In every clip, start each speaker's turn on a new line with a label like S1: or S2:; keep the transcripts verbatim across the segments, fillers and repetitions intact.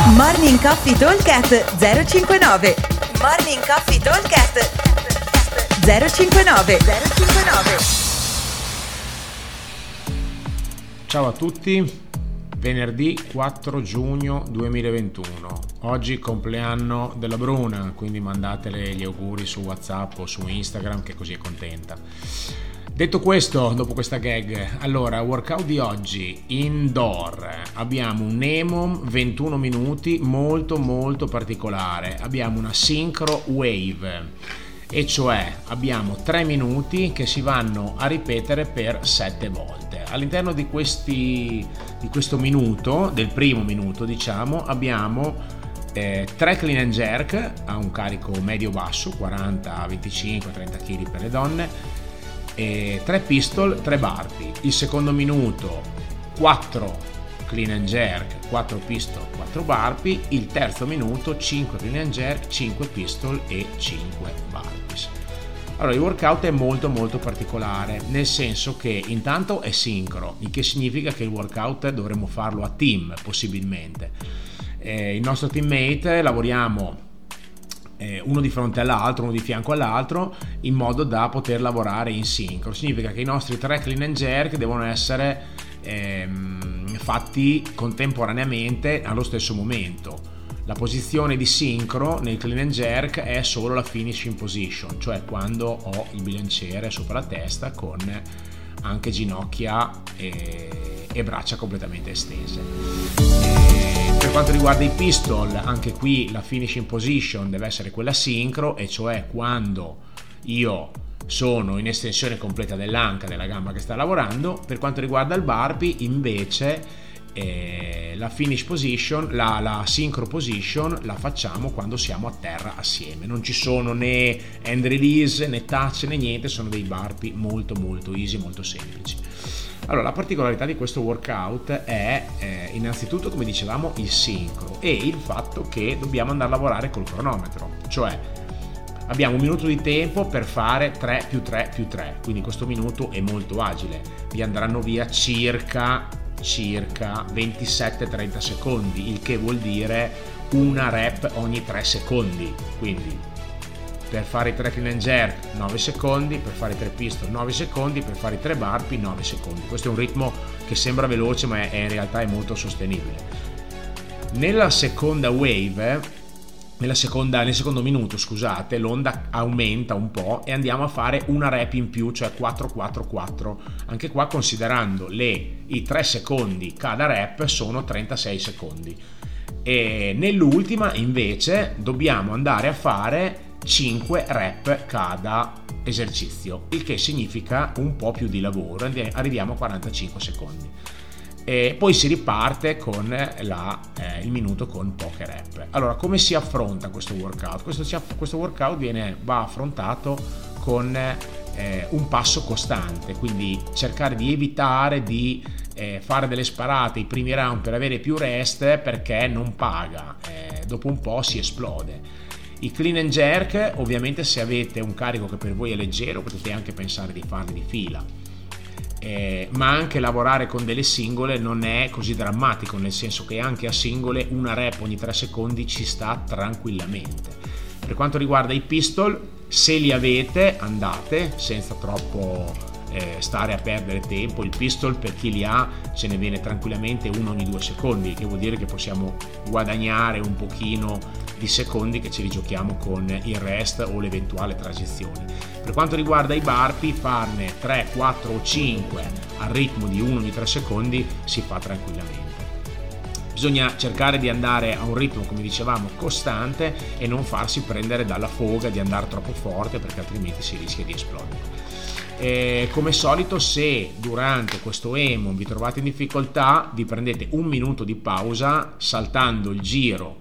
S1: Morning Coffee Talkcast zero cinquantanove. Morning Coffee Talkcast zero cinquantanove. zero cinquantanove.
S2: Ciao a tutti, venerdì quattro giugno duemilaventuno. Oggi compleanno della Bruna, quindi mandatele gli auguri su WhatsApp o su Instagram che così è contenta. Detto questo, dopo questa gag, allora, workout di oggi, indoor, abbiamo un Nemom ventuno minuti molto molto particolare, abbiamo una Synchro Wave, e cioè abbiamo tre minuti che si vanno a ripetere per sette volte. All'interno di questi di questo minuto, del primo minuto diciamo, abbiamo eh, tre clean and jerk a un carico medio-basso, quaranta, venticinque, trenta chili per le donne, e tre pistol, tre burpee. Il secondo minuto quattro clean and jerk, quattro pistol, quattro burpee. Il terzo minuto cinque clean and jerk, cinque pistol e cinque burpees. Allora, il workout è molto molto particolare, nel senso che intanto è sincro, il che significa che il workout dovremmo farlo a team possibilmente. Eh, il nostro teammate lavoriamo uno di fronte all'altro, uno di fianco all'altro, in modo da poter lavorare in sincro. Significa che i nostri tre clean and jerk devono essere ehm, fatti contemporaneamente allo stesso momento. La posizione di sincro nel clean and jerk è solo la finishing position, cioè quando ho il bilanciere sopra la testa con anche ginocchia e, e braccia completamente estese. E per quanto riguarda i pistol, anche qui la finishing position deve essere quella sincro, e cioè quando io sono in estensione completa dell'anca della gamba che sta lavorando. Per quanto riguarda il burpee invece eh, la finish position, la, la synchro position la facciamo quando siamo a terra assieme. Non ci sono né hand release né touch né niente, sono dei burpee molto molto easy, molto semplici. Allora, la particolarità di questo workout è eh, innanzitutto, come dicevamo, il sincro e il fatto che dobbiamo andare a lavorare col cronometro, cioè abbiamo un minuto di tempo per fare tre più tre più tre, quindi questo minuto è molto agile, vi andranno via circa circa ventisette trenta secondi, il che vuol dire una rep ogni tre secondi, quindi per fare i tre clean and jerk nove secondi, per fare i tre pistol nove secondi, per fare i tre burpee nove secondi. Questo è un ritmo che sembra veloce ma è, in realtà è molto sostenibile. Nella seconda wave, nella seconda, nel secondo minuto scusate, l'onda aumenta un po' e andiamo a fare una rep in più, cioè quattro quattro quattro. Anche qua, considerando le, i tre secondi cada rep, sono trentasei secondi. E nell'ultima invece dobbiamo andare a fare cinque rep cada esercizio, il che significa un po' più di lavoro, arriviamo a quarantacinque secondi e poi si riparte con la, eh, il minuto con poche rep. Allora, come si affronta questo workout? Questo, questo workout viene, va affrontato con eh, un passo costante, quindi cercare di evitare di eh, fare delle sparate i primi round per avere più rest, perché non paga, eh, dopo un po' si esplode. I clean and jerk, ovviamente, se avete un carico che per voi è leggero, potete anche pensare di farli di fila, eh, ma anche lavorare con delle singole non è così drammatico, nel senso che anche a singole una rep ogni tre secondi ci sta tranquillamente. Per quanto riguarda i pistol, se li avete andate senza troppo eh, stare a perdere tempo. Il pistol, per chi li ha, ce ne viene tranquillamente uno ogni due secondi, che vuol dire che possiamo guadagnare un pochino di secondi che ce li giochiamo con il rest o l'eventuale transizione. Per quanto riguarda i burpee, farne tre, quattro o cinque al ritmo di uno ogni tre secondi si fa tranquillamente. Bisogna cercare di andare a un ritmo, come dicevamo, costante e non farsi prendere dalla foga di andare troppo forte, perché altrimenti si rischia di esplodere. E come solito, se durante questo E M O vi trovate in difficoltà, vi prendete un minuto di pausa saltando il giro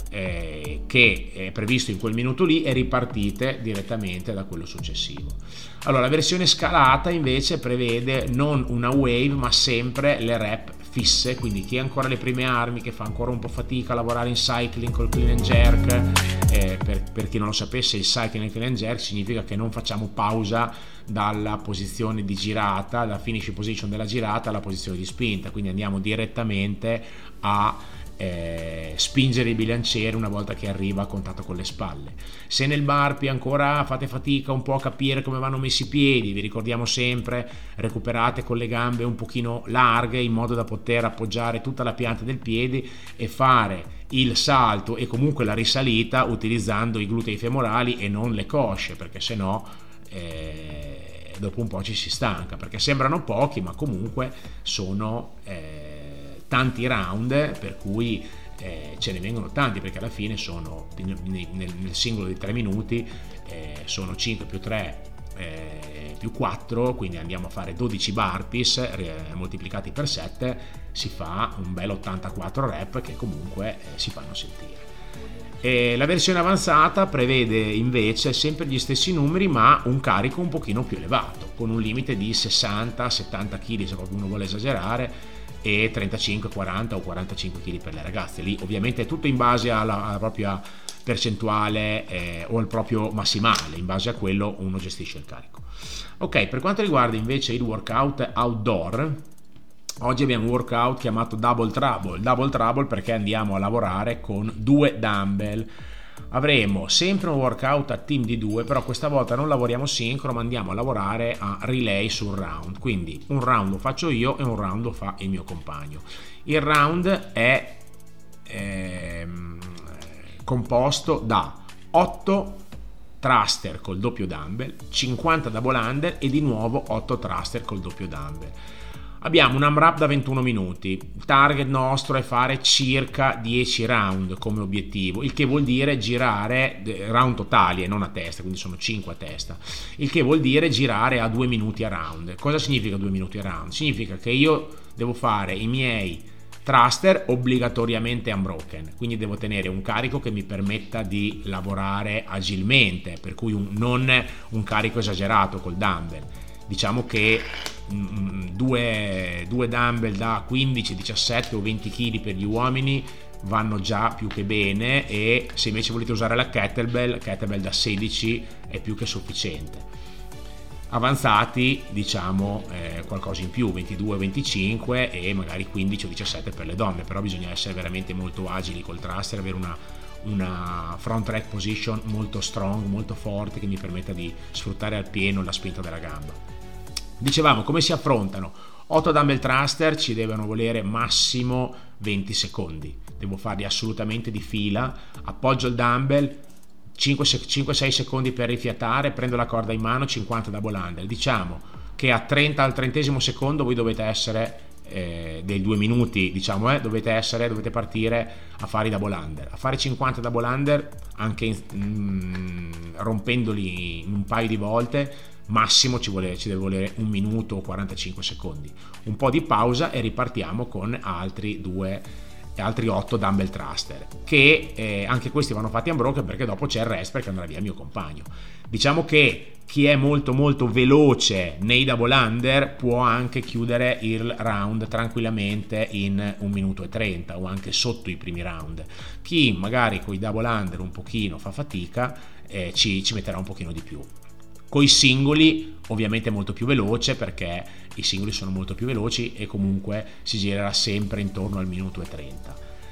S2: Eh, che è previsto in quel minuto lì e ripartite direttamente da quello successivo. Allora, la versione scalata invece prevede non una wave ma sempre le rep fisse, quindi chi ha ancora le prime armi, che fa ancora un po' fatica a lavorare in cycling col clean and jerk, eh, per, per chi non lo sapesse, il cycling e il clean and jerk significa che non facciamo pausa dalla posizione di girata, dalla finish position della girata alla posizione di spinta, quindi andiamo direttamente a eh, spingere il bilanciere una volta che arriva a contatto con le spalle. Se nel burpee ancora fate fatica un po' a capire come vanno messi i piedi, vi ricordiamo sempre, recuperate con le gambe un pochino larghe in modo da poter appoggiare tutta la pianta del piede e fare il salto e comunque la risalita utilizzando i glutei femorali e non le cosce, perché sennò eh, dopo un po' ci si stanca, perché sembrano pochi ma comunque sono eh, tanti round, per cui eh, ce ne vengono tanti, perché alla fine sono nel, nel singolo di tre minuti eh, sono cinque più tre eh, più quattro, quindi andiamo a fare dodici burpees eh, moltiplicati per sette, si fa un bel ottantaquattro rep che comunque eh, si fanno sentire. E la versione avanzata prevede invece sempre gli stessi numeri ma un carico un pochino più elevato, con un limite di sessanta settanta chili se qualcuno vuole esagerare, e trentacinque quaranta o quarantacinque chili per le ragazze. Lì ovviamente è tutto in base alla, alla propria percentuale eh, o al proprio massimale, in base a quello uno gestisce il carico. Ok, per quanto riguarda invece il workout outdoor, oggi abbiamo un workout chiamato Double Trouble. Double Trouble perché andiamo a lavorare con due dumbbell. Avremo sempre un workout a team di due, però questa volta non lavoriamo sincro ma andiamo a lavorare a relay sul round, quindi un round lo faccio io e un round lo fa il mio compagno. Il round è ehm, composto da otto thruster col doppio dumbbell, cinquanta double under e di nuovo otto thruster col doppio dumbbell. Abbiamo un AMRAP da ventuno minuti, il target nostro è fare circa dieci round come obiettivo, il che vuol dire girare round totali e non a testa, quindi sono cinque a testa, il che vuol dire girare a due minuti a round. Cosa significa due minuti a round? Significa che io devo fare i miei thruster obbligatoriamente unbroken, quindi devo tenere un carico che mi permetta di lavorare agilmente, per cui un, non un carico esagerato col dumbbell. Diciamo che due, due dumbbell da quindici, diciassette o venti chili per gli uomini vanno già più che bene, e se invece volete usare la kettlebell, kettlebell da sedici è più che sufficiente. Avanzati diciamo eh, qualcosa in più, ventidue venticinque e magari quindici o diciassette per le donne, però bisogna essere veramente molto agili col thruster, avere una una front rack position molto strong, molto forte, che mi permetta di sfruttare al pieno la spinta della gamba. Dicevamo come si affrontano. otto dumbbell thruster ci devono volere massimo venti secondi, devo farli assolutamente di fila, appoggio il dumbbell, cinque sei secondi per rifiatare, prendo la corda in mano, cinquanta double under. Diciamo che a trenta al trentesimo secondo voi dovete essere eh, dei due minuti, diciamo eh, dovete essere dovete partire a fare i double under, a fare cinquanta double under anche in, mm, rompendoli in un paio di volte. Massimo ci, vuole, ci deve volere un minuto o quarantacinque secondi, un po' di pausa e ripartiamo con altri due altri otto dumbbell thruster, che eh, anche questi vanno fatti unbroken, perché dopo c'è il rest perché andrà via il mio compagno. Diciamo che chi è molto molto veloce nei double under può anche chiudere il round tranquillamente in un minuto e trenta o anche sotto i primi round. Chi magari con i double under un pochino fa fatica eh, ci, ci metterà un pochino di più. Coi singoli ovviamente è molto più veloce, perché i singoli sono molto più veloci e comunque si girerà sempre intorno al minuto e trenta.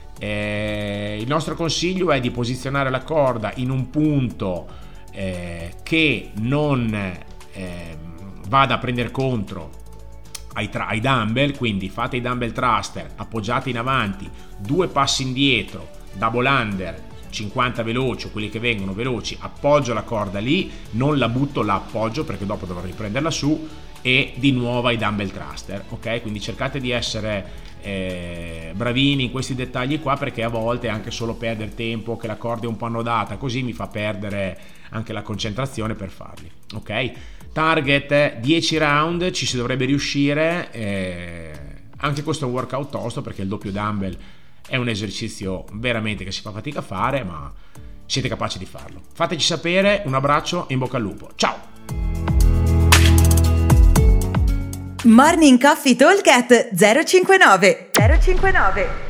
S2: Eh, il nostro consiglio è di posizionare la corda in un punto eh, che non eh, vada a prendere contro ai, tra- ai dumbbell, quindi fate i dumbbell thruster, appoggiate in avanti, due passi indietro, double under, cinquanta veloci o quelli che vengono veloci, appoggio la corda lì, non la butto, la appoggio perché dopo dovrò riprenderla su, e di nuovo ai dumbbell thruster, ok? Quindi cercate di essere eh, bravini in questi dettagli qua, perché a volte anche solo perdere tempo, che la corda è un po' annodata così, mi fa perdere anche la concentrazione per farli, ok? Target dieci round, ci si dovrebbe riuscire, eh, anche questo è un workout tosto perché il doppio dumbbell è un esercizio veramente che si fa fatica a fare, ma siete capaci di farlo. Fateci sapere, un abbraccio e in bocca al lupo. Ciao!
S1: Morning Coffee Talk at zero cinquantanove zero cinquantanove